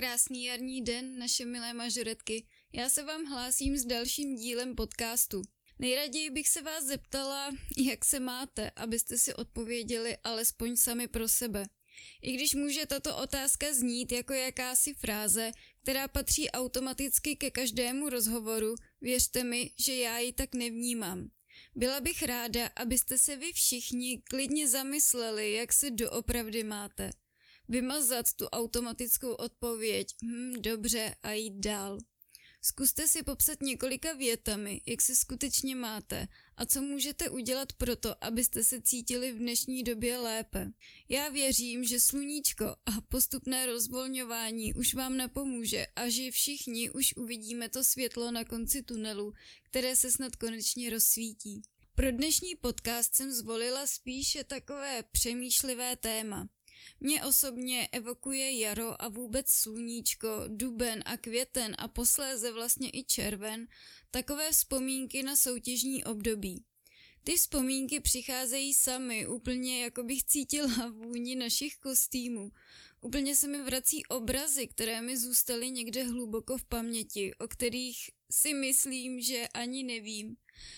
Krásný jarní den, naše milé mažoretky. Já se vám hlásím s dalším dílem podcastu. Nejraději bych se vás zeptala, jak se máte, abyste si odpověděli alespoň sami pro sebe. I když může tato otázka znít jako jakási fráze, která patří automaticky ke každému rozhovoru, věřte mi, že já ji tak nevnímám. Byla bych ráda, abyste se vy všichni klidně zamysleli, jak se doopravdy máte. Vymazat tu automatickou odpověď, dobře, a jít dál. Zkuste si popsat několika větami, jak se skutečně máte a co můžete udělat proto, abyste se cítili v dnešní době lépe. Já věřím, že sluníčko a postupné rozvolňování už vám napomůže a že všichni už uvidíme to světlo na konci tunelu, které se snad konečně rozsvítí. Pro dnešní podcast jsem zvolila spíše takové přemýšlivé téma. Mě osobně evokuje jaro a vůbec sluníčko, duben a květen a posléze vlastně i červen, takové vzpomínky na soutěžní období. Ty vzpomínky přicházejí samy, úplně jako bych cítila vůni našich kostýmů. Úplně se mi vrací obrazy, které mi zůstaly někde hluboko v paměti, o kterých si myslím, že ani nevím.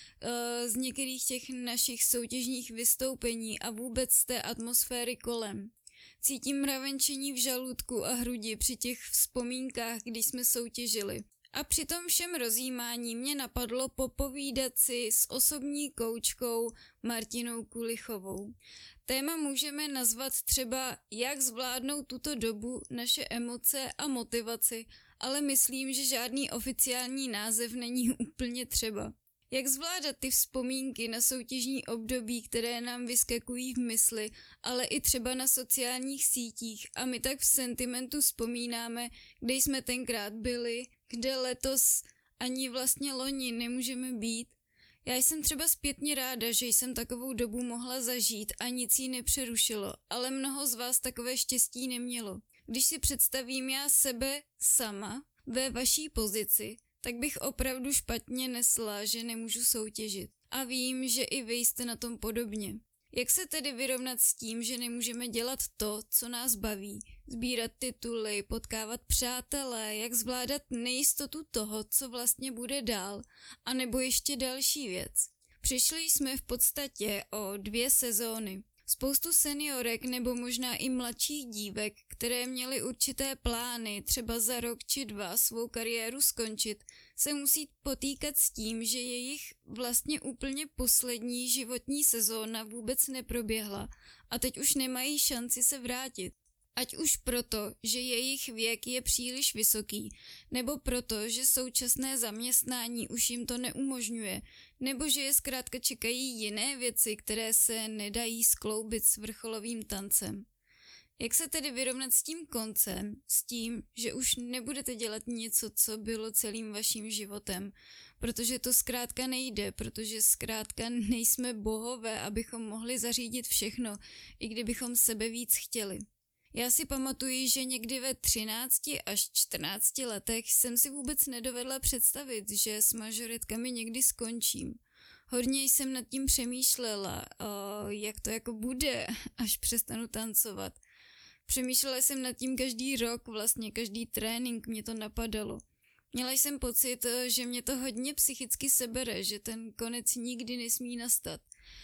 Z některých těch našich soutěžních vystoupení a vůbec z té atmosféry kolem. Cítím mravenčení v žaludku a hrudi při těch vzpomínkách, když jsme soutěžili. A při tom všem rozjímání mě napadlo popovídat si s osobní koučkou Martinou Kulichovou. Téma můžeme nazvat třeba jak zvládnout tuto dobu, naše emoce a motivaci, ale myslím, že žádný oficiální název není úplně třeba. Jak zvládat ty vzpomínky na soutěžní období, které nám vyskakují v mysli, ale i třeba na sociálních sítích a my tak v sentimentu vzpomínáme, kde jsme tenkrát byli, kde letos ani vlastně loni nemůžeme být. Já jsem třeba zpětně ráda, že jsem takovou dobu mohla zažít a nic jí nepřerušilo, ale mnoho z vás takové štěstí nemělo. Když si představím já sebe sama ve vaší pozici, tak bych opravdu špatně nesla, že nemůžu soutěžit. A vím, že i vy jste na tom podobně. Jak se tedy vyrovnat s tím, že nemůžeme dělat to, co nás baví? Sbírat tituly, potkávat přátelé, jak zvládat nejistotu toho, co vlastně bude dál, a nebo ještě další věc. Přišli jsme v podstatě o 2 sezóny. Spoustu seniorek nebo možná i mladších dívek, které měly určité plány, třeba za rok či 2 svou kariéru skončit, se musí potýkat s tím, že jejich vlastně úplně poslední životní sezóna vůbec neproběhla a teď už nemají šanci se vrátit. Ať už proto, že jejich věk je příliš vysoký, nebo proto, že současné zaměstnání už jim to neumožňuje, nebo že je zkrátka čekají jiné věci, které se nedají skloubit s vrcholovým tancem. Jak se tedy vyrovnat s tím koncem, s tím, že už nebudete dělat něco, co bylo celým vaším životem, protože to zkrátka nejde, protože zkrátka nejsme bohové, abychom mohli zařídit všechno, i kdybychom sebe víc chtěli. Já si pamatuji, že někdy ve 13 až 14 letech jsem si vůbec nedovedla představit, že s mažoretkami někdy skončím. Hodně jsem nad tím přemýšlela, jak to jako bude, až přestanu tancovat. Přemýšlela jsem nad tím každý rok, vlastně každý trénink mě to napadalo. Měla jsem pocit, že mě to hodně psychicky sebere, že ten konec nikdy nesmí nastat.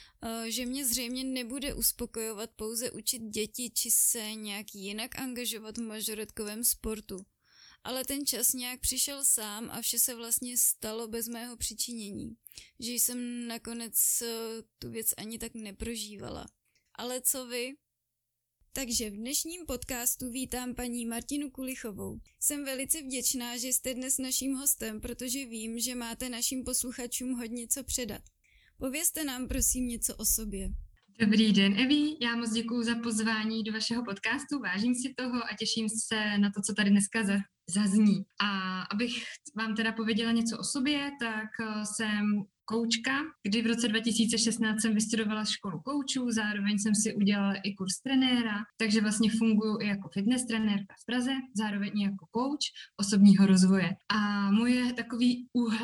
Že mě zřejmě nebude uspokojovat pouze učit děti či se nějak jinak angažovat v mažoretkovém sportu. Ale ten čas nějak přišel sám a vše se vlastně stalo bez mého přičinění. Že jsem nakonec tu věc ani tak neprožívala. Ale co vy? Takže v dnešním podcastu vítám paní Martinu Kulichovou. Jsem velice vděčná, že jste dnes naším hostem, protože vím, že máte našim posluchačům hodně co předat. Povězte nám prosím něco o sobě. Dobrý den, Evi, já moc děkuju za pozvání do vašeho podcastu, vážím si toho a těším se na to, co tady dneska zazní. A abych vám teda pověděla něco o sobě, tak jsem koučka, kdy v roce 2016 jsem vystudovala školu koučů, zároveň jsem si udělala i kurz trenéra, takže vlastně funguji i jako fitness trenérka v Praze, zároveň i jako kouč osobního rozvoje. A moje takový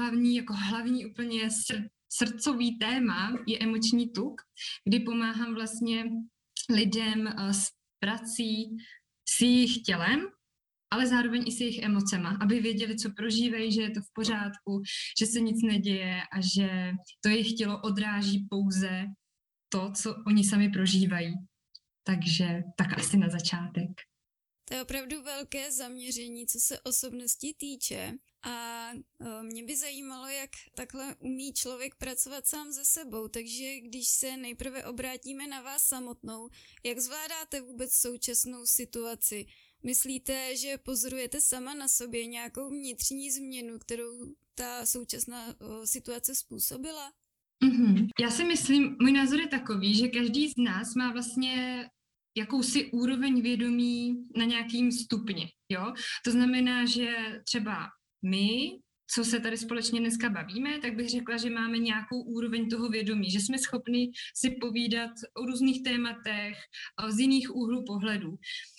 hlavní úplně srdcový téma je emoční tuk, kdy pomáhám vlastně lidem s prací s jejich tělem ale zároveň i s jejich emocema, aby věděli, co prožívají, že je to v pořádku, že se nic neděje a že to jejich tělo odráží pouze to, co oni sami prožívají. Takže tak asi na začátek. To je opravdu velké zaměření, co se osobnosti týče. A mě by zajímalo, jak takhle umí člověk pracovat sám se sebou. Takže když se nejprve obrátíme na vás samotnou, jak zvládáte vůbec současnou situaci? Myslíte, že pozorujete sama na sobě nějakou vnitřní změnu, kterou ta současná situace způsobila? Já si myslím, můj názor je takový, že každý z nás má vlastně jakousi úroveň vědomí na nějakým stupni, jo? To znamená, že třeba my, co se tady společně dneska bavíme, tak bych řekla, že máme nějakou úroveň toho vědomí, že jsme schopni si povídat o různých tématech z jiných úhlů pohledu.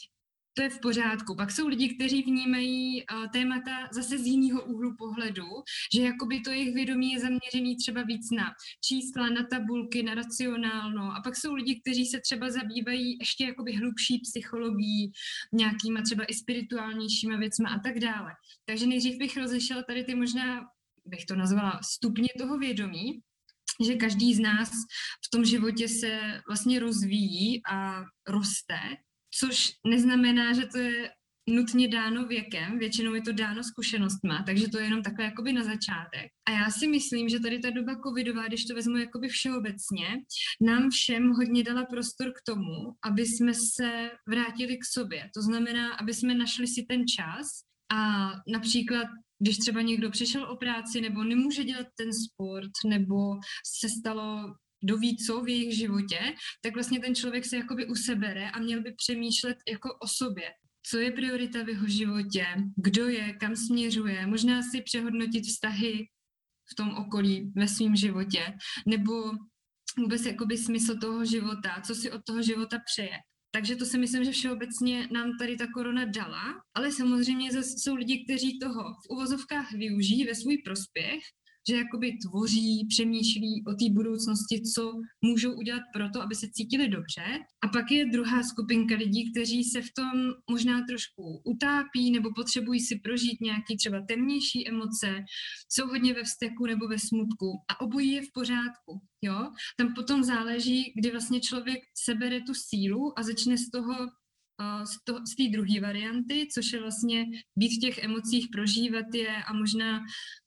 To je v pořádku. Pak jsou lidi, kteří vnímají témata zase z jiného úhlu pohledu, že jakoby to jejich vědomí je zaměřený třeba víc na čísla, na tabulky, na racionálno. A pak jsou lidi, kteří se třeba zabývají ještě jakoby hlubší psychologií, nějakýma třeba i spirituálnějšíma věcma a tak dále. Takže nejdřív bych rozešla tady ty možná, bych to nazvala, stupně toho vědomí, že každý z nás v tom životě se vlastně rozvíjí a roste, což neznamená, že to je nutně dáno věkem, většinou je to dáno zkušenostma, takže to je jenom takhle jakoby na začátek. A já si myslím, že tady ta doba covidová, když to vezmu jakoby všeobecně, nám všem hodně dala prostor k tomu, aby jsme se vrátili k sobě. To znamená, aby jsme našli si ten čas a například když třeba někdo přišel o práci nebo nemůže dělat ten sport nebo se stalo doví co v jejich životě, tak vlastně ten člověk se jakoby usebere a měl by přemýšlet jako o sobě. Co je priorita v jeho životě, kdo je, kam směřuje, možná si přehodnotit vztahy v tom okolí, ve svém životě, nebo vůbec jakoby smysl toho života, co si od toho života přeje. Takže to si myslím, že všeobecně nám tady ta korona dala, ale samozřejmě zase jsou lidi, kteří toho v uvozovkách využijí ve svůj prospěch, že jakoby tvoří, přemýšlí o té budoucnosti, co můžou udělat pro to, aby se cítili dobře. A pak je druhá skupinka lidí, kteří se v tom možná trošku utápí nebo potřebují si prožít nějaké třeba temnější emoce, jsou hodně ve vzteku nebo ve smutku a obojí je v pořádku. Jo? Tam potom záleží, kdy vlastně člověk sebere tu sílu a začne z té druhé varianty, což je vlastně být v těch emocích, prožívat je a možná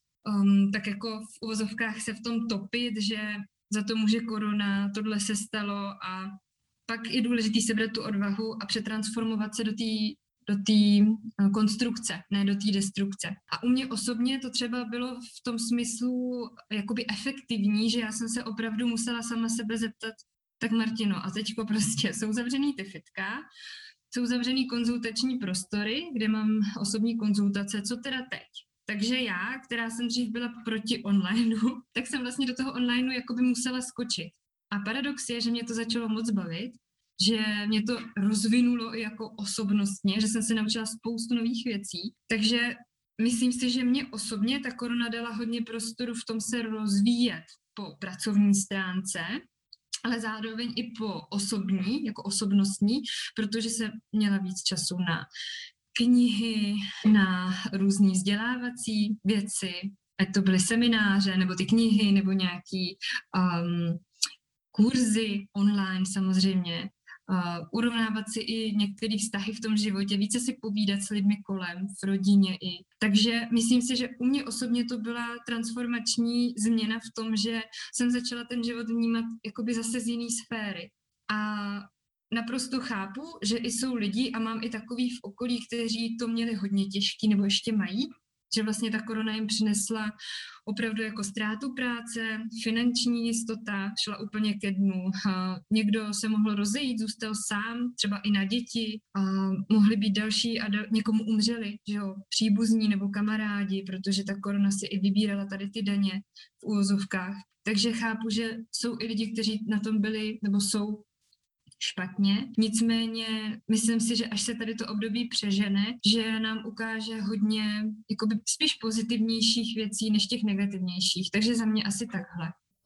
tak jako v uvozovkách se v tom topit, že za to může korona, tohle se stalo a pak je důležitý sebrat tu odvahu a přetransformovat se do té konstrukce, ne do té destrukce. A u mě osobně to třeba bylo v tom smyslu jakoby efektivní, že já jsem se opravdu musela sama sebe zeptat, tak Martino, a teďko prostě jsou zavřený ty fitka, jsou zavřený konzultační prostory, kde mám osobní konzultace, co teda teď? Takže já, která jsem dřív byla proti onlineu, tak jsem vlastně do toho onlineu jakoby musela skočit. A paradox je, že mě to začalo moc bavit, že mě to rozvinulo i jako osobnostně, že jsem se naučila spoustu nových věcí. Takže myslím si, že mě osobně ta korona dala hodně prostoru v tom se rozvíjet po pracovní stránce, ale zároveň i po osobní, jako osobnostní, protože jsem měla víc času na knihy, na různý vzdělávací věci, ať to byly semináře, nebo ty knihy, nebo nějaký kurzy online samozřejmě, urovnávat si i některé vztahy v tom životě, více si povídat s lidmi kolem, v rodině i. Takže myslím si, že u mě osobně to byla transformační změna v tom, že jsem začala ten život vnímat jakoby zase z jiné sféry. A naprosto chápu, že i jsou lidi a mám i takový v okolí, kteří to měli hodně těžký nebo ještě mají, že vlastně ta korona jim přinesla opravdu jako ztrátu práce, finanční jistota šla úplně ke dnu. Někdo se mohl rozejít, zůstal sám, třeba i na děti. Mohli být další a někomu umřeli, že jo, příbuzní nebo kamarádi, protože ta korona si i vybírala tady ty daně v úvozovkách. Takže chápu, že jsou i lidi, kteří na tom byli nebo jsou špatně. Nicméně myslím si, že až se tady to období přežene, že nám ukáže hodně jakoby spíš pozitivnějších věcí než těch negativnějších. Takže za mě asi takhle.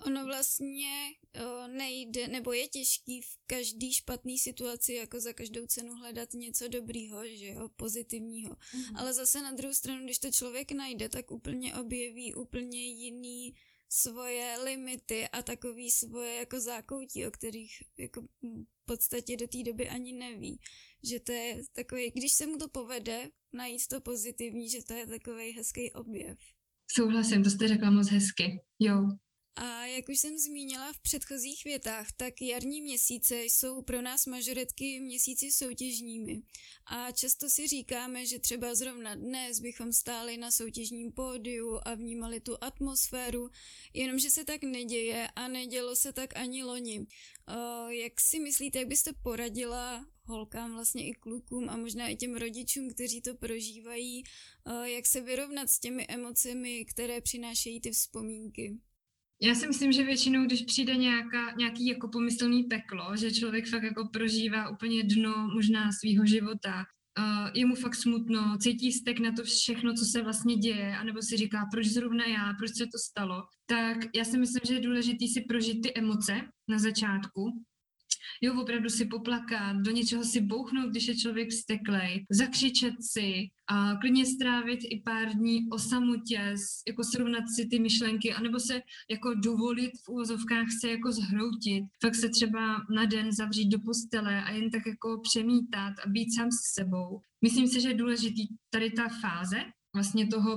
Ono vlastně nejde, nebo je těžký v každý špatný situaci jako za každou cenu hledat něco dobrýho, že jo, pozitivního. Ale zase na druhou stranu, když to člověk najde, tak úplně objeví úplně jiný svoje limity a takový svoje jako zákoutí, o kterých jako v podstatě do té doby ani neví. Že to je takový, když se mu to povede najít to pozitivní, že to je takový hezký objev. Souhlasím, to jste řekla moc hezky, jo. A jak už jsem zmínila v předchozích větách, tak jarní měsíce jsou pro nás mažoretky měsíci soutěžními. A často si říkáme, že třeba zrovna dnes bychom stáli na soutěžním pódiu a vnímali tu atmosféru, jenomže se tak neděje a nedělo se tak ani loni. Jak si myslíte, jak byste poradila holkám, vlastně i klukům a možná i těm rodičům, kteří to prožívají, jak se vyrovnat s těmi emocemi, které přinášejí ty vzpomínky? Já si myslím, že většinou, když přijde nějaký jako pomyslný peklo, že člověk fakt jako prožívá úplně dno možná svýho života, je mu fakt smutno, cítí vztek na to všechno, co se vlastně děje, anebo si říká, proč zrovna já, proč se to stalo, tak já si myslím, že je důležité si prožít ty emoce na začátku. Jo, opravdu si poplakat, do něčeho si bouchnout, když je člověk vzteklej, zakřičet si a klidně strávit i pár dní o samotě, jako srovnat si ty myšlenky, anebo se jako dovolit v úvozovkách se jako zhroutit, fakt se třeba na den zavřít do postele a jen tak jako přemítat a být sám s sebou. Myslím si, že je důležitý tady ta fáze vlastně toho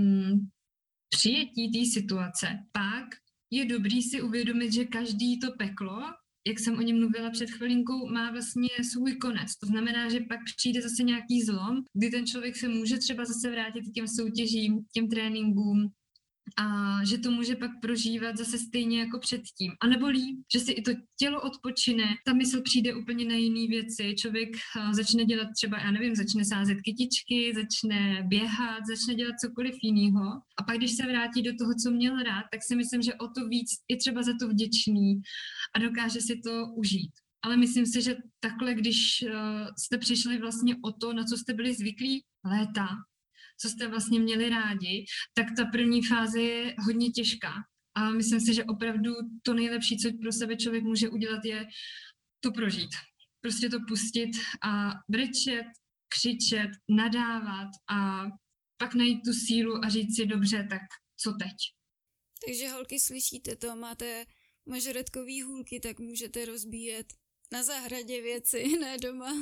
přijetí té situace. Pak je dobrý si uvědomit, že každý to peklo, jak jsem o něm mluvila před chvilinkou, má vlastně svůj konec. To znamená, že pak přijde zase nějaký zlom, kdy ten člověk se může třeba zase vrátit k těm soutěžím, těm tréninkům a že to může pak prožívat zase stejně jako předtím. A nebo líp, že si i to tělo odpočine, ta mysl přijde úplně na jiné věci, člověk začne dělat třeba, já nevím, začne sázet kytičky, začne běhat, začne dělat cokoliv jiného. A pak, když se vrátí do toho, co měl rád, tak si myslím, že o to víc je třeba za to vděčný a dokáže si to užít. Ale myslím si, že takhle, když jste přišli vlastně o to, na co jste byli zvyklí léta, co jste vlastně měli rádi, tak ta první fáze je hodně těžká. A myslím si, že opravdu to nejlepší, co pro sebe člověk může udělat, je to prožít. Prostě to pustit a brečet, křičet, nadávat a pak najít tu sílu a říct si, dobře, tak co teď? Takže holky, slyšíte to, máte mažoretkový hůlky, tak můžete rozbíjet na zahradě věci, ne doma.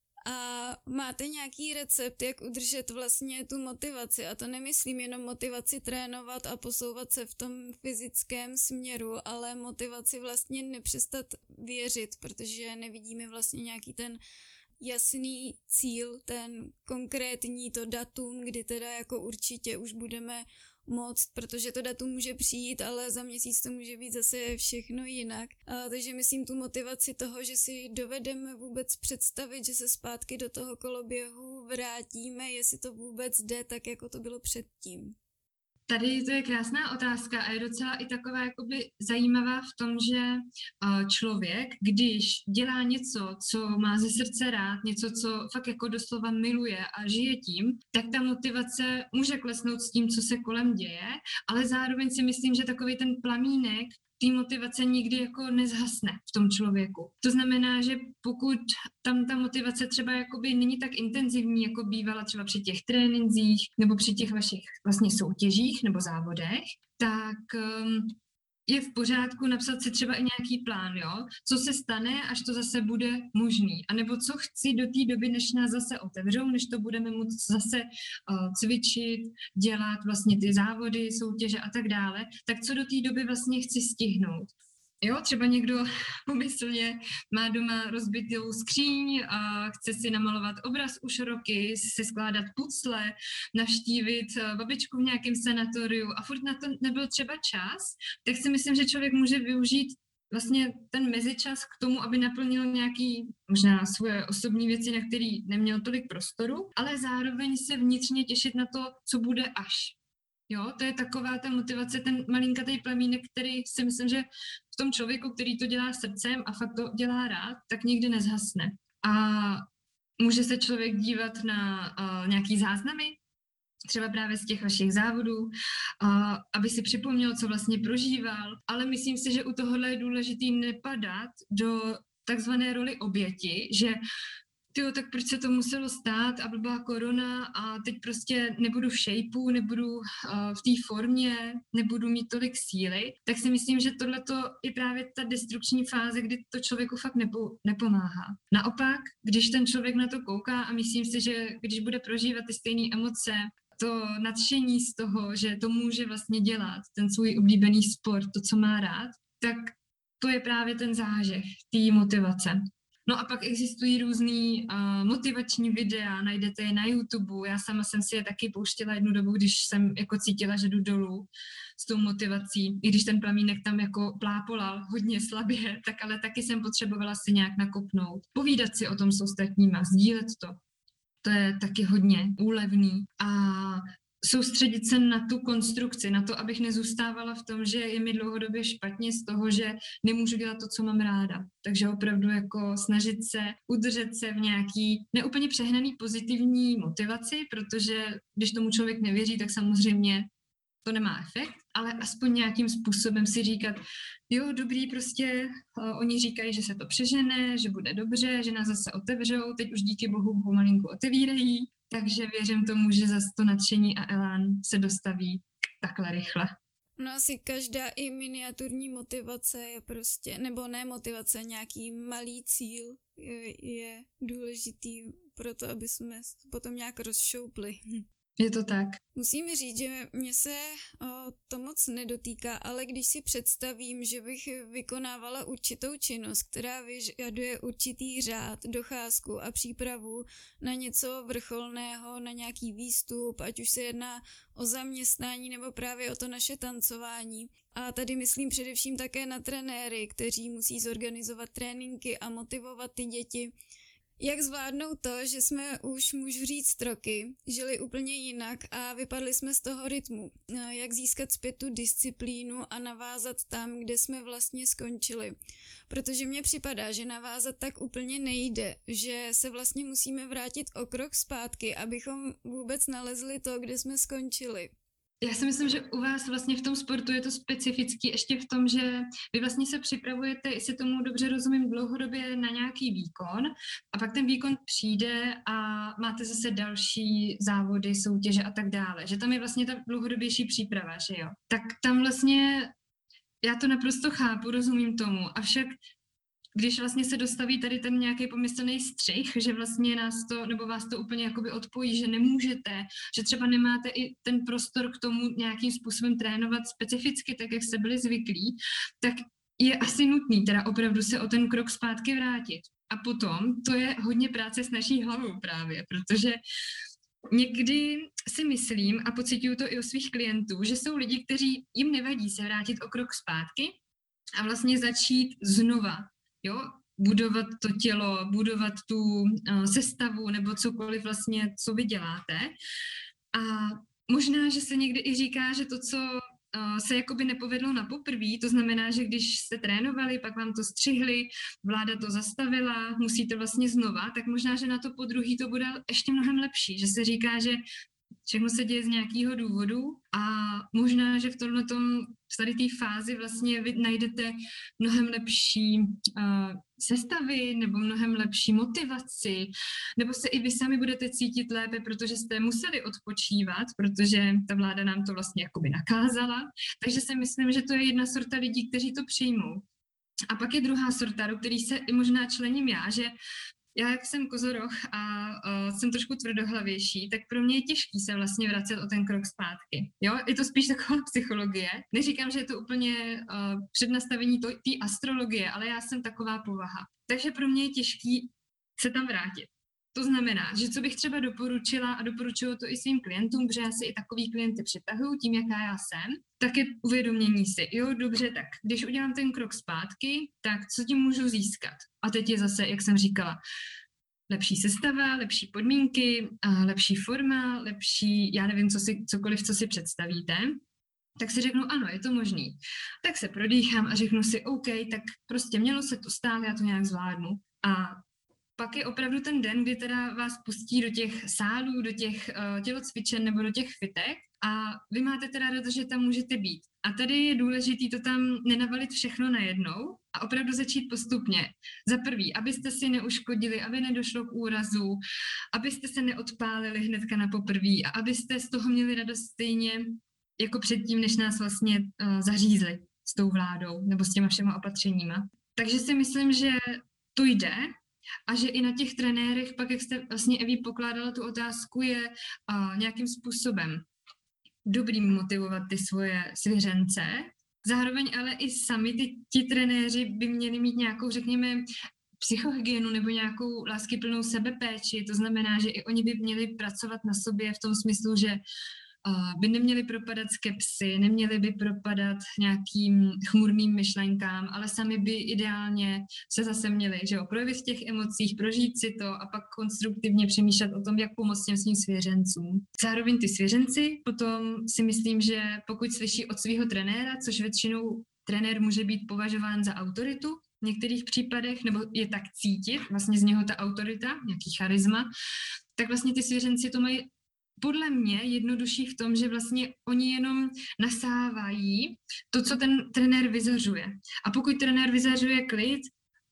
A máte nějaký recept, jak udržet vlastně tu motivaci? A to nemyslím jenom motivaci trénovat a posouvat se v tom fyzickém směru, ale motivaci vlastně nepřestat věřit, protože nevidíme vlastně nějaký ten jasný cíl, ten konkrétní to datum, kdy teda jako určitě už budeme moc, protože to datum může přijít, ale za měsíc to může být zase všechno jinak. Takže myslím tu motivaci toho, že si dovedeme vůbec představit, že se zpátky do toho koloběhu vrátíme, jestli to vůbec jde tak, jako to bylo předtím. Tady to je krásná otázka a je docela i taková jakoby zajímavá v tom, že člověk, když dělá něco, co má ze srdce rád, něco, co fakt jako doslova miluje a žije tím, tak ta motivace může klesnout s tím, co se kolem děje, ale zároveň si myslím, že takový ten plamínek té motivace nikdy jako nezhasne v tom člověku. To znamená, že pokud tam ta motivace třeba jakoby není tak intenzivní, jako bývala třeba při těch trénincích nebo při těch vašich vlastně soutěžích nebo závodech, tak je v pořádku napsat si třeba i nějaký plán, jo? Co se stane, až to zase bude možný. A nebo co chci do té doby, než nás zase otevřou, než to budeme moct zase cvičit, dělat vlastně ty závody, soutěže a tak dále, tak co do té doby vlastně chci stihnout. Jo, třeba někdo pomyslně má doma rozbitou skříň a chce si namalovat obraz už roky, si skládat pucle, navštívit babičku v nějakém sanatoriu a furt na to nebyl třeba čas, tak si myslím, že člověk může využít vlastně ten mezičas k tomu, aby naplnil nějaký možná svoje osobní věci, na který neměl tolik prostoru, ale zároveň se vnitřně těšit na to, co bude až. Jo, to je taková ta motivace, ten malinkatý plamínek, který si myslím, že v tom člověku, který to dělá srdcem a fakt to dělá rád, tak nikdy nezhasne. A může se člověk dívat na nějaký záznamy třeba právě z těch vašich závodů, aby si připomněl, co vlastně prožíval, ale myslím si, že u tohohle je důležitý nepadat do takzvané roli oběti, že tyjo, tak proč se to muselo stát a blbá korona a teď prostě nebudu v shapeu, nebudu v té formě, nebudu mít tolik síly, tak si myslím, že tohleto je právě ta destrukční fáze, kdy to člověku fakt nepomáhá. Naopak, když ten člověk na to kouká a myslím si, že když bude prožívat ty stejné emoce, to nadšení z toho, že to může vlastně dělat, ten svůj oblíbený sport, to, co má rád, tak to je právě ten zážeh té motivace. No a pak existují různý motivační videa, najdete je na YouTube. Já sama jsem si je taky pouštěla jednu dobu, když jsem jako cítila, že jdu dolů s tou motivací. I když ten plamínek tam jako plápolal hodně slabě, tak ale taky jsem potřebovala si nějak nakopnout. Povídat si o tom s ostatníma, sdílet to. To je taky hodně úlevný. A soustředit se na tu konstrukci, na to, abych nezůstávala v tom, že je mi dlouhodobě špatně z toho, že nemůžu dělat to, co mám ráda. Takže opravdu jako snažit se udržet se v nějaký neúplně přehnaný pozitivní motivaci, protože když tomu člověk nevěří, tak samozřejmě to nemá efekt, ale aspoň nějakým způsobem si říkat, jo, dobrý, prostě oni říkají, že se to přežene, že bude dobře, že nás zase otevřou, teď už díky bohu pomalinku otevírají, takže věřím tomu, že zase to nadšení a elán se dostaví takhle rychle. No asi každá i miniaturní motivace je prostě, nebo ne motivace, nějaký malý cíl je důležitý pro to, aby jsme potom nějak rozšoupli. Je to tak. Musím říct, že mě se to moc nedotýká, ale když si představím, že bych vykonávala určitou činnost, která vyžaduje určitý řád, docházku a přípravu na něco vrcholného, na nějaký výstup, ať už se jedná o zaměstnání nebo právě o to naše tancování. A tady myslím především také na trenéry, kteří musí zorganizovat tréninky a motivovat ty děti. Jak zvládnout to, že jsme už, můžu říct, roky, žili úplně jinak a vypadli jsme z toho rytmu. Jak získat zpět tu disciplínu a navázat tam, kde jsme vlastně skončili. Protože mně připadá, že navázat tak úplně nejde, že se vlastně musíme vrátit o krok zpátky, abychom vůbec nalezli to, kde jsme skončili. Já si myslím, že u vás vlastně v tom sportu je to specifický ještě v tom, že vy vlastně se připravujete, jestli tomu dobře rozumím, dlouhodobě na nějaký výkon a pak ten výkon přijde a máte zase další závody, soutěže a tak dále. Že tam je vlastně ta dlouhodobější příprava, že jo? Tak tam vlastně já to naprosto chápu, rozumím tomu, avšak když vlastně se dostaví tady ten nějaký pomyslný střih, že vlastně nás to, nebo vás to úplně jakoby odpojí, že nemůžete, že třeba nemáte i ten prostor k tomu nějakým způsobem trénovat specificky, tak jak jste byli zvyklí, tak je asi nutný teda opravdu se o ten krok zpátky vrátit. A potom to je hodně práce s naší hlavou právě, protože někdy si myslím a pociťuju to i u svých klientů, že jsou lidi, kteří jim nevadí se vrátit o krok zpátky a vlastně začít znova. Jo, budovat to tělo, budovat tu sestavu nebo cokoliv vlastně, co vy děláte. A možná, že se někdy i říká, že to, co se jakoby nepovedlo na poprví, to znamená, že když jste trénovali, pak vám to střihli, vláda to zastavila, musíte vlastně znova, tak možná, že na to podruhý to bude ještě mnohem lepší, že se říká, že všechno se děje z nějakého důvodu a možná, že v tady té fázi vlastně vy najdete mnohem lepší sestavy nebo mnohem lepší motivaci, nebo se i vy sami budete cítit lépe, protože jste museli odpočívat, protože ta vláda nám to vlastně jakoby nakázala. Takže si myslím, že to je jedna sorta lidí, kteří to přijmou. A pak je druhá sorta, do který se i možná člením já, že já, jak jsem kozoroch a jsem trošku tvrdohlavější, tak pro mě je těžký se vlastně vracet o ten krok zpátky. Jo? Je to spíš taková psychologie. Neříkám, že je to úplně přednastavení té astrologie, ale já jsem taková povaha. Takže pro mě je těžký se tam vrátit. To znamená, že co bych třeba doporučila a doporučuju to i svým klientům, protože já si i takový klienty přitahuju tím, jaká já jsem, tak je uvědomění si, jo, dobře, tak když udělám ten krok zpátky, tak co tím můžu získat? A teď je zase, jak jsem říkala, lepší sestava, lepší podmínky, lepší forma, lepší, já nevím, cokoliv, co si představíte, tak si řeknu, ano, je to možný. Tak se prodýchám a řeknu si, OK, tak prostě mělo se to stát, já to nějak zvládnu. A pak je opravdu ten den, kdy teda vás pustí do těch sálů, do těch tělocvičen nebo do těch fitek a vy máte teda radost, že tam můžete být. A tady je důležité to tam nenavalit všechno najednou a opravdu začít postupně. Za prvý, abyste si neuškodili, aby nedošlo k úrazu, abyste se neodpálili hnedka na poprví a abyste z toho měli radost stejně jako předtím, než nás vlastně zařízli s tou vládou nebo s těma všema opatřeníma. Takže si myslím, že to jde a že i na těch trenérech, pak jak jste vlastně Evi pokládala tu otázku, je nějakým způsobem dobrý motivovat ty svoje svěřence. Zároveň ale i sami ti trenéři by měli mít nějakou, řekněme, psychohygienu nebo nějakou láskyplnou sebepéči. To znamená, že i oni by měli pracovat na sobě v tom smyslu, že by neměli propadat skepsy, neměli by propadat nějakým chmurným myšlenkám, ale sami by ideálně se zase měli, že jo, projevit v těch emocích, prožít si to a pak konstruktivně přemýšlet o tom, jak pomoct těm svým svěřencům. Zároveň ty svěřenci potom si myslím, že pokud slyší od svého trenéra, což většinou trenér může být považován za autoritu v některých případech, nebo je tak cítit, vlastně z něho ta autorita, nějaký charisma, tak vlastně ty svěřenci to mají podle mě jednodušší v tom, že vlastně oni jenom nasávají to, co ten trenér vyzařuje. A pokud trenér vyzařuje klid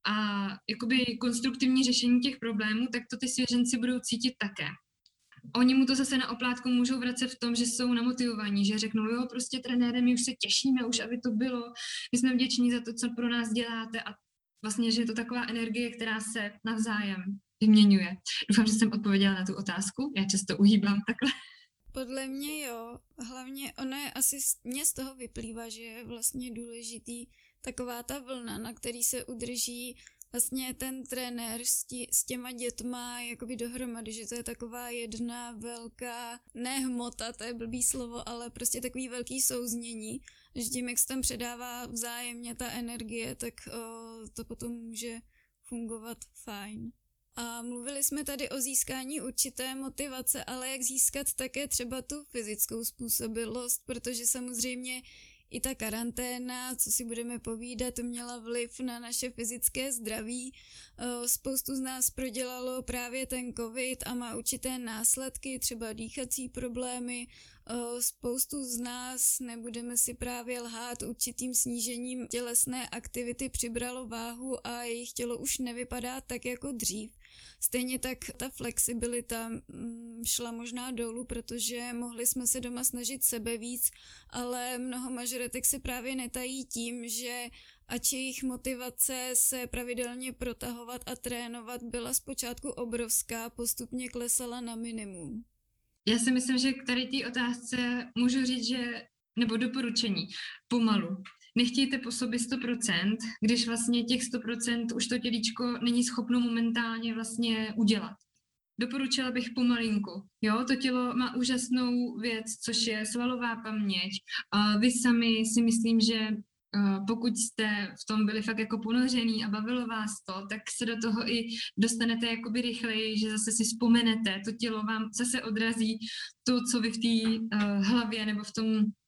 a jakoby konstruktivní řešení těch problémů, tak to ty svěřenci budou cítit také. Oni mu to zase na oplátku můžou vracet v tom, že jsou namotivovaní, že řeknou, jo, prostě trenére, my už se těšíme, už aby to bylo, my jsme vděční za to, co pro nás děláte a vlastně, že je to taková energie, která se navzájem vyměňuje. Doufám, že jsem odpověděla na tu otázku. Já často uhýbám takhle. Podle mě jo. Hlavně ono je asi, mně z toho vyplývá, že je vlastně důležitý taková ta vlna, na který se udrží vlastně ten trenér s těma dětma jakoby dohromady, že to je taková jedna velká, ne hmota, to je blbý slovo, ale prostě takový velký souznění, že tím, jak se tam předává vzájemně ta energie, tak to potom může fungovat fajn. A mluvili jsme tady o získání určité motivace, ale jak získat také třeba tu fyzickou způsobilost, protože samozřejmě i ta karanténa, co si budeme povídat, měla vliv na naše fyzické zdraví. Spoustu z nás prodělalo právě ten covid a má určité následky, třeba dýchací problémy. Spoustu z nás, nebudeme si právě lhát, určitým snížením tělesné aktivity přibralo váhu a jejich tělo už nevypadá tak jako dřív. Stejně tak ta flexibilita šla možná dolů, protože mohli jsme se doma snažit sebe víc, ale mnoho mažoretek se právě netají tím, že ač jejich motivace se pravidelně protahovat a trénovat byla zpočátku obrovská, postupně klesala na minimum. Já si myslím, že k tady té otázce můžu říct, že, nebo doporučení, pomalu. Nechtějte po sobě 100%, když vlastně těch 100% už to tělíčko není schopno momentálně vlastně udělat. Doporučila bych pomalinku. Jo, to tělo má úžasnou věc, což je svalová paměť. A vy sami si myslím, že pokud jste v tom byli fakt jako ponořený a bavilo vás to, tak se do toho i dostanete jakoby rychleji, že zase si vzpomenete, to tělo vám zase odrazí to, co vy v té hlavě nebo v tom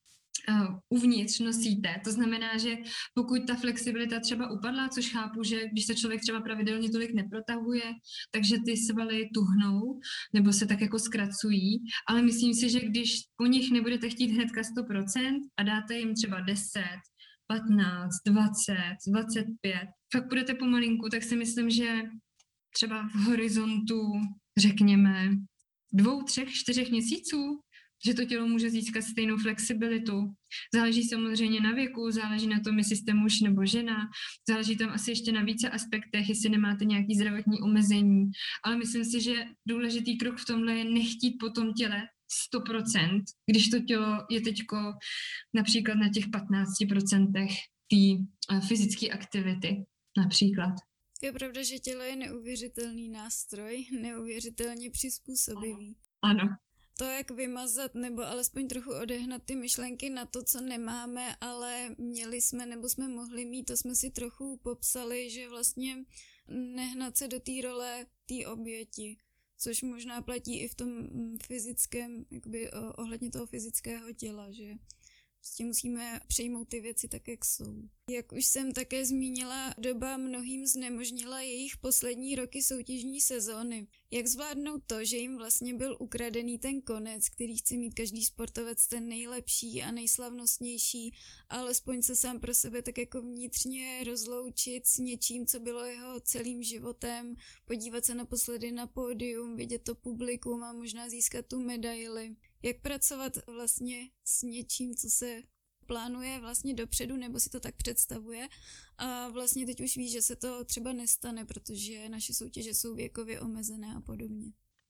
uvnitř nosíte. To znamená, že pokud ta flexibilita třeba upadla, což chápu, že když se člověk třeba pravidelně tolik neprotahuje, takže ty svaly tuhnou nebo se tak jako zkracují, ale myslím si, že když po nich nebudete chtít hnedka 100% a dáte jim třeba 10, 15, 20, 25, fakt budete pomalinku, tak si myslím, že třeba v horizontu, řekněme, 2, 3, 4 měsíců, že to tělo může získat stejnou flexibilitu. Záleží samozřejmě na věku, záleží na tom, jestli jste muž nebo žena, záleží tam asi ještě na více aspektech, jestli nemáte nějaké zdravotní omezení, ale myslím si, že důležitý krok v tomhle je nechtít po tom těle 100%, když to tělo je teďko například na těch 15% té fyzické aktivity například. Je pravda, že tělo je neuvěřitelný nástroj, neuvěřitelně přizpůsobivý. Ano. To, jak vymazat nebo alespoň trochu odehnat ty myšlenky na to, co nemáme, ale měli jsme nebo jsme mohli mít, to jsme si trochu popsali, že vlastně nehnat se do té role té oběti, což možná platí i v tom fyzickém, jakoby ohledně toho fyzického těla, že Prostě musíme přejmout ty věci tak, jak jsou. Jak už jsem také zmínila, doba mnohým znemožnila jejich poslední roky soutěžní sezóny. Jak zvládnout to, že jim vlastně byl ukradený ten konec, který chce mít každý sportovec ten nejlepší a nejslavnostnější, alespoň se sám pro sebe tak jako vnitřně rozloučit s něčím, co bylo jeho celým životem, podívat se naposledy na pódium, vidět to publikum a možná získat tu medaili. Jak pracovat vlastně s něčím, co se plánuje vlastně dopředu, nebo si to tak představuje a vlastně teď už ví, že se to třeba nestane, protože naše soutěže jsou věkově omezené a podobně.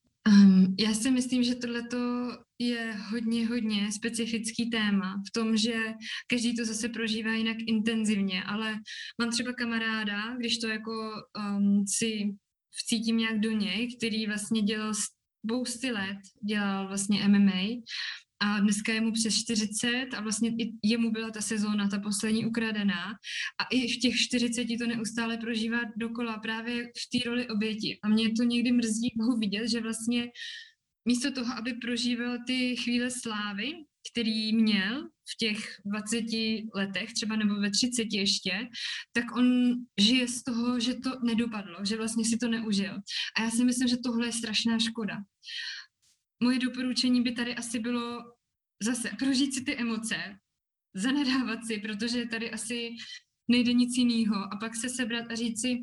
Já si myslím, že tohleto je hodně specifický téma v tom, že každý to zase prožívá jinak intenzivně, ale mám třeba kamaráda, když to jako si vcítím nějak do něj, který vlastně dělal spousty let, dělal vlastně MMA a dneska je mu přes 40 a vlastně i jemu byla ta sezóna, ta poslední ukradená a i v těch 40 to neustále prožívá dokola právě v té roli oběti. A mě to někdy mrzí ho vidět, že vlastně místo toho, aby prožíval ty chvíle slávy, který měl v těch 20 letech, třeba nebo ve 30 ještě, tak on žije z toho, že to nedopadlo, že vlastně si to neužil. A já si myslím, že tohle je strašná škoda. Moje doporučení by tady asi bylo zase prožít si ty emoce, zanadávat si, protože tady asi nejde nic jiného a pak se sebrat a říct si,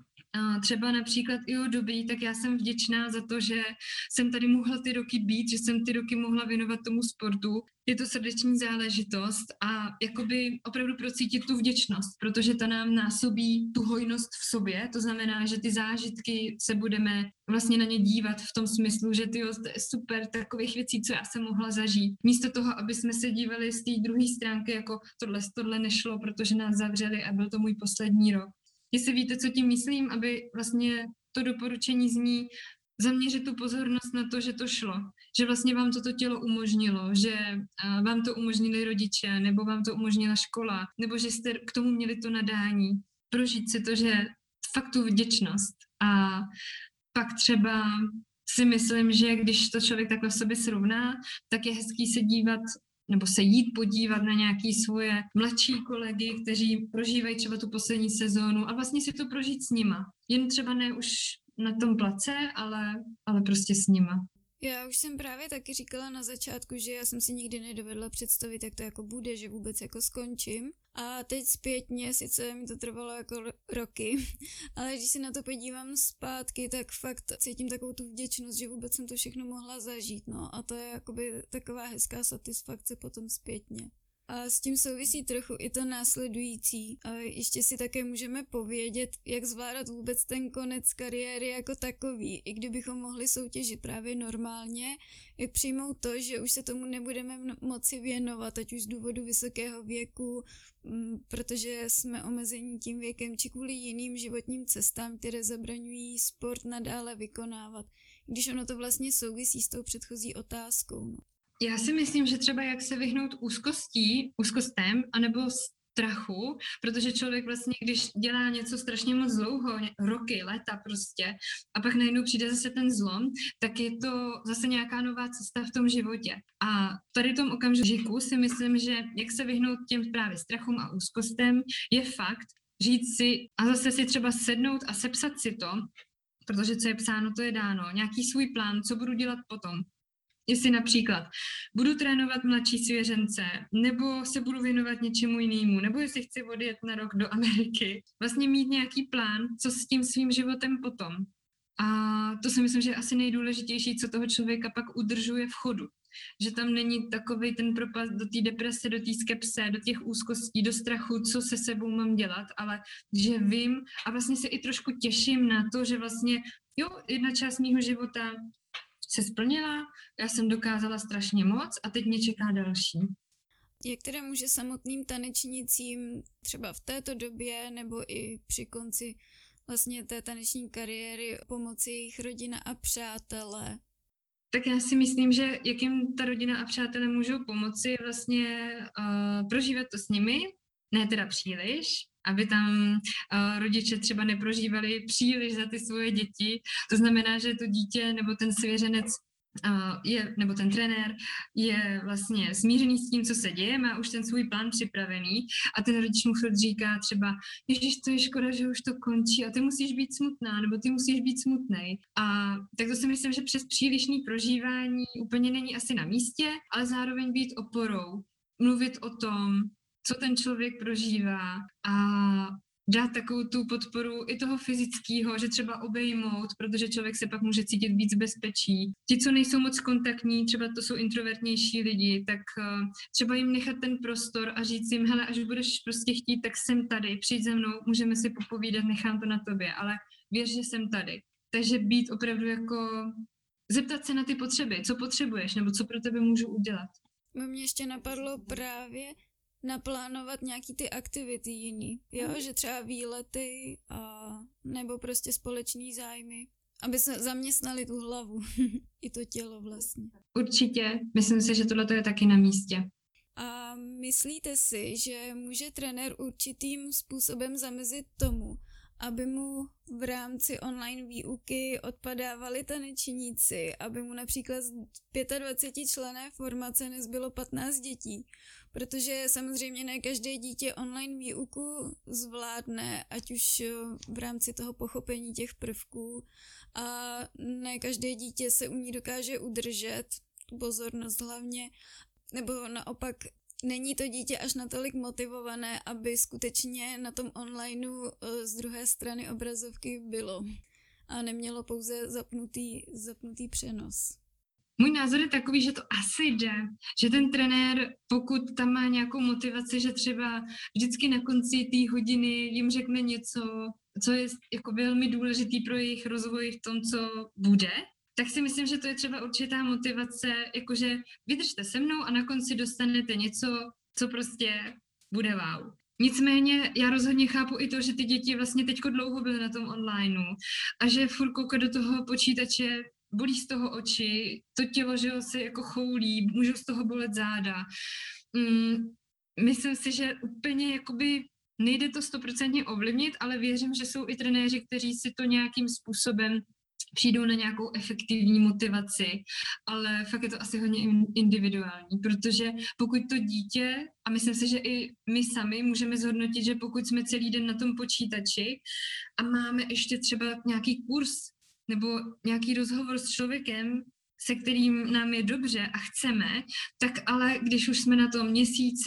třeba například dobrý, tak já jsem vděčná za to, že jsem tady mohla ty roky být, že jsem ty roky mohla věnovat tomu sportu. Je to srdeční záležitost a jakoby opravdu procítit tu vděčnost, protože ta nám násobí tu hojnost v sobě, to znamená, že ty zážitky se budeme vlastně na ně dívat v tom smyslu, že to je super takových věcí, co já jsem mohla zažít. Místo toho, aby jsme se dívali z té druhé stránky, jako tohle nešlo, protože nás zavřeli a byl to můj poslední rok. Jestli víte, co tím myslím, aby vlastně to doporučení zní zaměřit tu pozornost na to, že to šlo, že vlastně vám toto tělo umožnilo, že vám to umožnili rodiče, nebo vám to umožnila škola, nebo že jste k tomu měli to nadání. Prožít si to, že fakt tu vděčnost. A pak třeba si myslím, že když to člověk takhle v sobě srovná, tak je hezký se dívat nebo se jít podívat na nějaký svoje mladší kolegy, kteří prožívají třeba tu poslední sezónu a vlastně si to prožít s nima. Jen třeba ne už na tom place, ale prostě s nima. Já už jsem právě taky říkala na začátku, že já jsem si nikdy nedovedla představit, jak to jako bude, že vůbec jako skončím. A teď zpětně, sice mi to trvalo jako roky, ale když se na to podívám zpátky, tak fakt cítím takovou tu vděčnost, že vůbec jsem to všechno mohla zažít, no. A to je jakoby taková hezká satisfakce potom zpětně. A s tím souvisí trochu i to následující. A ještě si také můžeme povědět, jak zvládat vůbec ten konec kariéry jako takový, i kdybychom mohli soutěžit právě normálně, jak přijmout to, že už se tomu nebudeme moci věnovat, ať už z důvodu vysokého věku, protože jsme omezení tím věkem, či kvůli jiným životním cestám, které zabraňují sport nadále vykonávat. Když ono to vlastně souvisí s tou předchozí otázkou, no. Já si myslím, že třeba jak se vyhnout úzkostem, anebo strachu, protože člověk vlastně, když dělá něco strašně moc dlouho, roky, léta prostě, a pak najednou přijde zase ten zlom, tak je to zase nějaká nová cesta v tom životě. A tady v tom okamžiku si myslím, že jak se vyhnout těm právě strachům a úzkostem, je fakt říct si a zase si třeba sednout a sepsat si to, protože co je psáno, to je dáno, nějaký svůj plán, co budu dělat potom. Jestli například budu trénovat mladší svěřence, nebo se budu věnovat něčemu jinému, nebo jestli chci odjet na rok do Ameriky. Vlastně mít nějaký plán, co s tím svým životem potom. A to si myslím, že je asi nejdůležitější, co toho člověka pak udržuje v chodu. Že tam není takovej ten propad do té deprese, do té skepse, do těch úzkostí, do strachu, co se sebou mám dělat, ale že vím a vlastně se i trošku těším na to, že vlastně jedna část mýho života se splnila, já jsem dokázala strašně moc a teď mě čeká další. Jak teda může samotným tanečnicím třeba v této době nebo i při konci vlastně té taneční kariéry pomoci jejich rodina a přátelé? Tak já si myslím, že jak jim ta rodina a přátelé můžou pomoci vlastně prožívat to s nimi, ne teda příliš, aby tam rodiče třeba neprožívali příliš za ty svoje děti. To znamená, že to dítě nebo ten svěřenec nebo ten trenér je vlastně smířený s tím, co se děje, má už ten svůj plán připravený a ten rodič mu furt říká třeba, ježiš, to je škoda, že už to končí a ty musíš být smutná, nebo ty musíš být smutnej. A tak to si myslím, že přes přílišný prožívání úplně není asi na místě, ale zároveň být oporou, mluvit o tom, co ten člověk prožívá a dát takovou tu podporu i toho fyzického, že třeba obejmout, protože člověk se pak může cítit víc bezpečí. Ti, co nejsou moc kontaktní, třeba to jsou introvertnější lidi, tak třeba jim nechat ten prostor a říct jim, hele, až budeš prostě chtít, tak jsem tady, přijď za mnou, můžeme si popovídat, nechám to na tobě, ale věř, že jsem tady. Takže být opravdu jako, zeptat se na ty potřeby, co potřebuješ, nebo co pro tebe můžu udělat. Mě ještě napadlo právě naplánovat nějaký ty aktivity jiný, jo, že třeba výlety a nebo prostě společný zájmy, aby se zaměstnali tu hlavu i to tělo vlastně. Určitě, myslím si, že tohle je taky na místě. A myslíte si, že může trenér určitým způsobem zamezit tomu, aby mu v rámci online výuky odpadávali tanečníci, aby mu například z 25členné formace nezbylo 15 dětí, protože samozřejmě ne každé dítě online výuku zvládne, ať už v rámci toho pochopení těch prvků a ne každé dítě se u ní dokáže udržet, tu pozornost hlavně, nebo naopak není to dítě až natolik motivované, aby skutečně na tom onlineu z druhé strany obrazovky bylo a nemělo pouze zapnutý přenos. Můj názor je takový, že to asi jde, že ten trenér, pokud tam má nějakou motivaci, že třeba vždycky na konci té hodiny jim řekne něco, co je jako velmi důležitý pro jejich rozvoj v tom, co bude, tak si myslím, že to je třeba určitá motivace, jakože vydržte se mnou a na konci dostanete něco, co prostě bude wow. Nicméně já rozhodně chápu i to, že ty děti vlastně teďko dlouho byly na tom onlineu a že furt koukat do toho počítače, bolí z toho oči, to tělo, že se jako choulí, můžou z toho bolet záda. Myslím si, že úplně jakoby nejde to 100% ovlivnit, ale věřím, že jsou i trenéři, kteří si to nějakým způsobem přijdou na nějakou efektivní motivaci, ale fakt je to asi hodně individuální, protože pokud to dítě, a myslím si, že i my sami můžeme zhodnotit, že pokud jsme celý den na tom počítači a máme ještě třeba nějaký kurz nebo nějaký rozhovor s člověkem, se kterým nám je dobře a chceme, tak ale když už jsme na tom měsíce,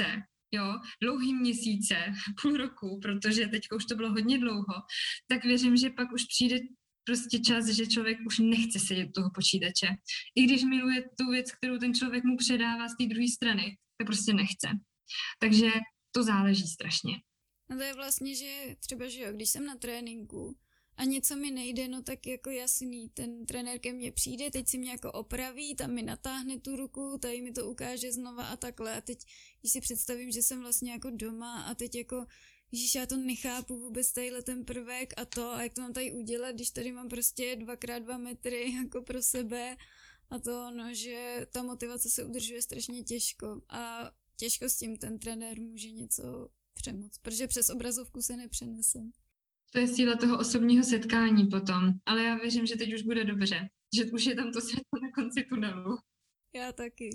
dlouhý měsíce, půl roku, protože teďka už to bylo hodně dlouho, tak věřím, že pak už přijde prostě čas, že člověk už nechce sedět toho počítače. I když miluje tu věc, kterou ten člověk mu předává z té druhé strany, tak prostě nechce. Takže to záleží strašně. No to je vlastně, že třeba, že jo, když jsem na tréninku a něco mi nejde, no tak jako jasný, ten trenér ke mně přijde, teď si mě jako opraví, tam mi natáhne tu ruku, tady mi to ukáže znova a takhle. A teď, když si představím, že jsem vlastně jako doma a teď jako Ježíš, já to nechápu vůbec tadyhle ten prvek a jak to mám tady udělat, když tady mám prostě 2x2 metry jako pro sebe a to, no, že ta motivace se udržuje strašně těžko a těžko s tím ten trenér může něco přemoct, protože přes obrazovku se nepřenesem. To je síla toho osobního setkání potom, ale já věřím, že teď už bude dobře, že už je tam to světlo na konci tunelu. Já taky.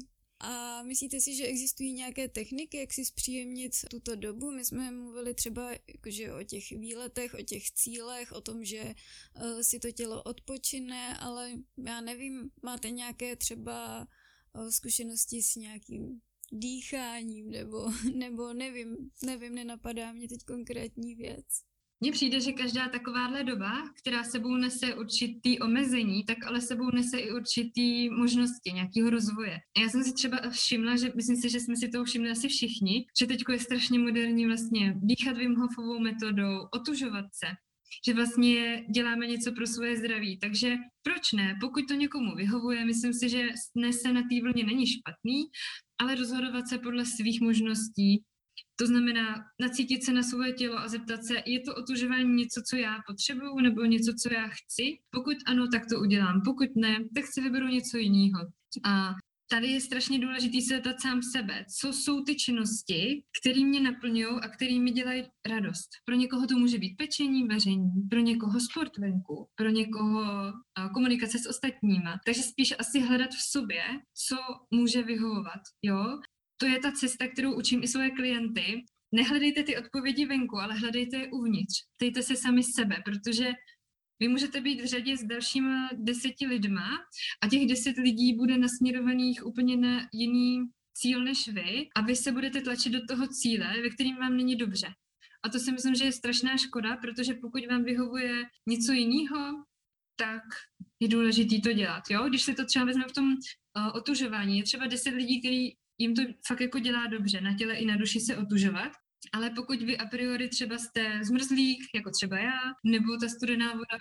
A myslíte si, že existují nějaké techniky, jak si zpříjemnit tuto dobu? My jsme mluvili třeba jakože o těch výletech, o těch cílech, o tom, že si to tělo odpočine, ale já nevím, máte nějaké třeba zkušenosti s nějakým dýcháním nebo nevím, nenapadá mě teď konkrétní věc. Mně přijde, že každá takováhle doba, která sebou nese určitý omezení, tak ale sebou nese i určitý možnosti nějakého rozvoje. Já jsem si třeba všimla, že myslím si, že jsme si toho všimli asi všichni, že teďko je strašně moderní vlastně dýchat Wim Hofovou metodou, otužovat se, že vlastně děláme něco pro svoje zdraví. Takže proč ne? Pokud to někomu vyhovuje, myslím si, že nese na té vlně není špatný, ale rozhodovat se podle svých možností. To znamená nacítit se na svoje tělo a zeptat se, je to otužování něco, co já potřebuju, nebo něco, co já chci? Pokud ano, tak to udělám. Pokud ne, tak si vyberu něco jiného. A tady je strašně důležitý se zeptat sám sebe, co jsou ty činnosti, které mě naplňují a které mi dělají radost. Pro někoho to může být pečení, vaření, pro někoho sport venku, pro někoho komunikace s ostatníma. Takže spíš asi hledat v sobě, co může vyhovovat, jo. To je ta cesta, kterou učím i svoje klienty. Nehledejte ty odpovědi venku, ale hledejte je uvnitř. Ptejte se sami sebe, protože vy můžete být v řadě s dalšíma 10 lidma a těch 10 lidí bude nasměrovaných úplně na jiný cíl než vy a vy se budete tlačit do toho cíle, ve kterým vám není dobře. A to si myslím, že je strašná škoda, protože pokud vám vyhovuje něco jiného, tak je důležitý to dělat. Jo? Když si to třeba vezmeme v tom otužování, je třeba 10 lidí, který jim to fakt jako dělá dobře, na těle i na duši se otužovat, ale pokud vy a priori třeba jste zmrzlík, jako třeba já, nebo ta studená voda,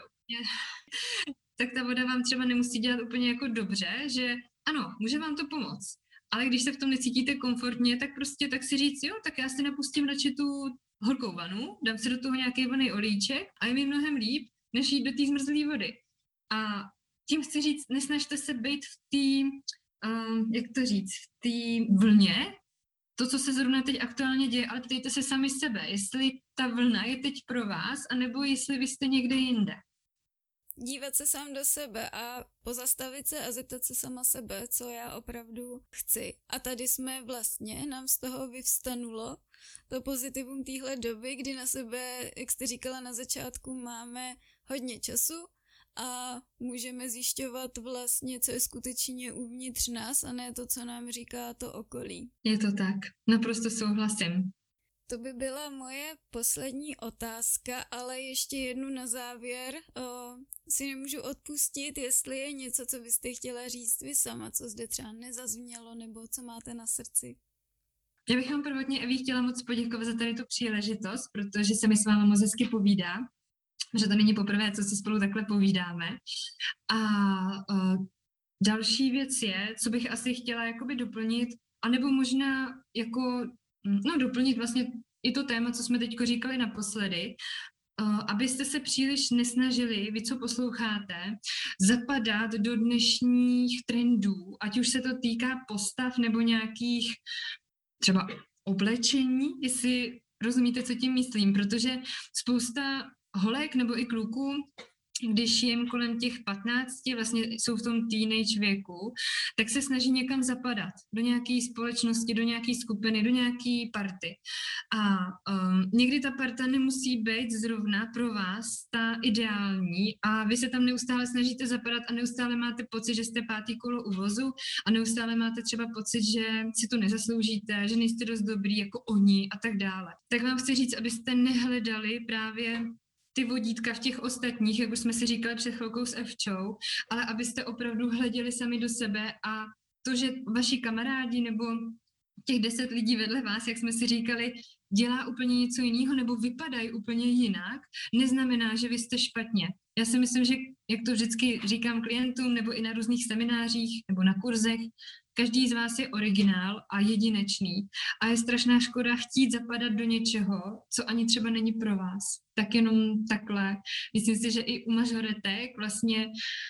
tak ta voda vám třeba nemusí dělat úplně jako dobře, že ano, může vám to pomoct, ale když se v tom necítíte komfortně, tak prostě tak si říct, jo, tak já si napustím radši tu horkou vanu, dám si do toho nějaký vonný olíček a je mi mnohem líp, než jít do té zmrzlé vody. A tím chci říct, nesnažte se být v té, jak to říct, v té vlně, to, co se zrovna teď aktuálně děje, ale ptejte se sami sebe, jestli ta vlna je teď pro vás, anebo jestli vy jste někde jinde. Dívat se sám do sebe a pozastavit se a zeptat se sama sebe, co já opravdu chci. A tady jsme vlastně, nám z toho vyvstanulo to pozitivum téhle doby, kdy na sebe, jak jste říkala na začátku, máme hodně času a můžeme zjišťovat vlastně, co je skutečně uvnitř nás a ne to, co nám říká to okolí. Je to tak, naprosto souhlasím. To by byla moje poslední otázka, ale ještě jednu na závěr. Si nemůžu odpustit, jestli je něco, co byste chtěla říct vy sama, co zde třeba nezaznělo, nebo co máte na srdci. Já bych vám prvotně, Evi, chtěla moc poděkovat za tady tu příležitost, protože se mi s váma moc hezky povídá, že to není poprvé, co si spolu takhle povídáme. A další věc je, co bych asi chtěla jakoby doplnit, anebo možná jako, doplnit vlastně i to téma, co jsme teďko říkali naposledy, abyste se příliš nesnažili, vy co posloucháte, zapadat do dnešních trendů, ať už se to týká postav nebo nějakých třeba oblečení, jestli rozumíte, co tím myslím, protože spousta holek nebo i kluků, když jim kolem těch 15, vlastně jsou v tom teenage věku, tak se snaží někam zapadat do nějaké společnosti, do nějaké skupiny, do nějaké party. A někdy ta parta nemusí být zrovna pro vás ta ideální a vy se tam neustále snažíte zapadat a neustále máte pocit, že jste pátý kolo u vozu a neustále máte třeba pocit, že si to nezasloužíte, že nejste dost dobrý jako oni a tak dále. Tak vám chci říct, abyste nehledali právě ty vodítka v těch ostatních, jak už jsme si říkali před chvilkou s Evčou, ale abyste opravdu hleděli sami do sebe a to, že vaši kamarádi nebo těch 10 lidí vedle vás, jak jsme si říkali, dělá úplně něco jiného nebo vypadají úplně jinak, neznamená, že vy jste špatně. Já si myslím, že jak to vždycky říkám klientům nebo i na různých seminářích nebo na kurzech, každý z vás je originál a jedinečný a je strašná škoda chtít zapadat do něčeho, co ani třeba není pro vás. Tak jenom takhle. Myslím si, že i u mažoretek vlastně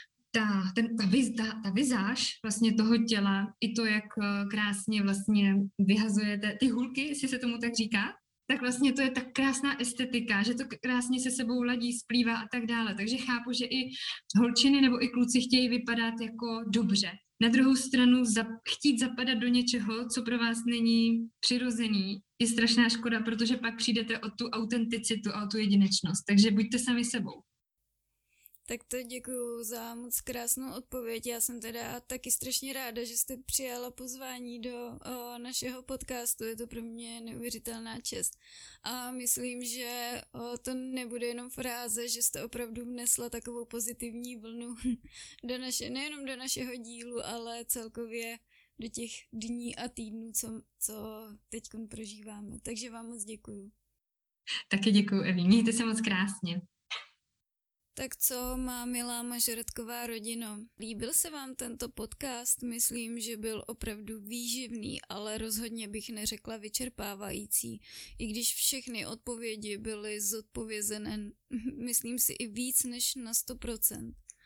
ta vizáž vlastně toho těla, i to, jak krásně vlastně vyhazujete ty hulky, jestli se tomu tak říká, tak vlastně to je tak krásná estetika, že to krásně se sebou ladí, splývá a tak dále. Takže chápu, že i holčiny nebo i kluci chtějí vypadat jako dobře. Na druhou stranu chtít zapadat do něčeho, co pro vás není přirozený, je strašná škoda, protože pak přijdete o tu autenticitu a o tu jedinečnost. Takže buďte sami sebou. Tak to děkuju za moc krásnou odpověď. Já jsem teda taky strašně ráda, že jste přijala pozvání do našeho podcastu. Je to pro mě neuvěřitelná čest. A myslím, že to nebude jenom fráze, že jste opravdu vnesla takovou pozitivní vlnu nejenom do našeho dílu, ale celkově do těch dní a týdnů, co teď prožíváme. Takže vám moc děkuju. Taky děkuju, Evi. Mějte se moc krásně. Tak co, má milá mažoretková rodino? Líbil se vám tento podcast? Myslím, že byl opravdu výživný, ale rozhodně bych neřekla vyčerpávající. I když všechny odpovědi byly zodpovězené, myslím si i víc než na 100%.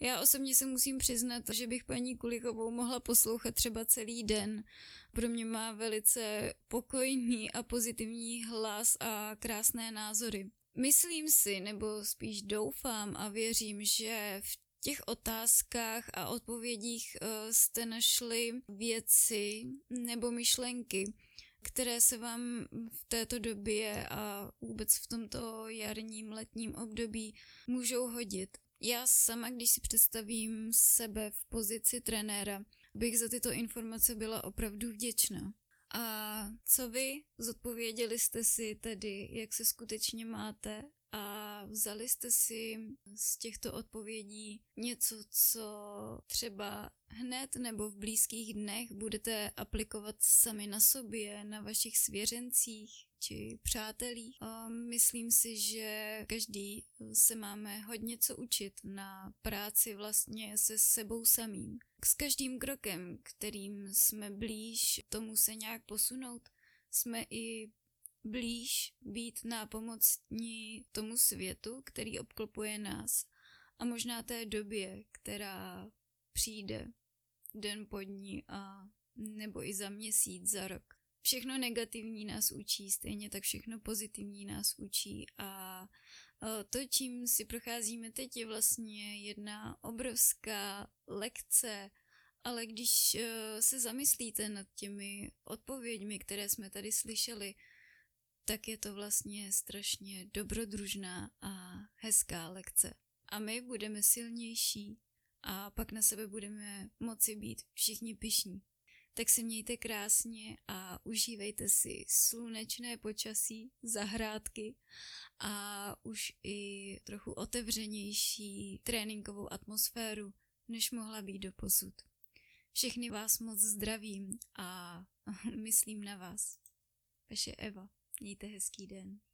Já osobně se musím přiznat, že bych paní Kulichovou mohla poslouchat třeba celý den. Pro mě má velice pokojný a pozitivní hlas a krásné názory. Myslím si, nebo spíš doufám a věřím, že v těch otázkách a odpovědích jste našli věci nebo myšlenky, které se vám v této době a vůbec v tomto jarním, letním období můžou hodit. Já sama, když si představím sebe v pozici trenéra, bych za tyto informace byla opravdu vděčná. A co vy? Zodpověděli jste si tedy, jak se skutečně máte a vzali jste si z těchto odpovědí něco, co třeba hned nebo v blízkých dnech budete aplikovat sami na sobě, na vašich svěřencích či přátelích. A myslím si, že každý se máme hodně co učit na práci vlastně se sebou samým. S každým krokem, kterým jsme blíž tomu se nějak posunout, jsme i blíž být nápomocní tomu světu, který obklopuje nás a možná té době, která přijde den po dní a nebo i za měsíc, za rok. Všechno negativní nás učí, stejně tak všechno pozitivní nás učí a to, čím si procházíme teď, je vlastně jedna obrovská lekce, ale když se zamyslíte nad těmi odpověďmi, které jsme tady slyšeli, tak je to vlastně strašně dobrodružná a hezká lekce. A my budeme silnější a pak na sebe budeme moci být všichni pyšní. Tak se mějte krásně a užívejte si slunečné počasí, zahrádky a už i trochu otevřenější tréninkovou atmosféru, než mohla být doposud. Všechny vás moc zdravím a myslím na vás. Vaše Eva. Mějte hezký den.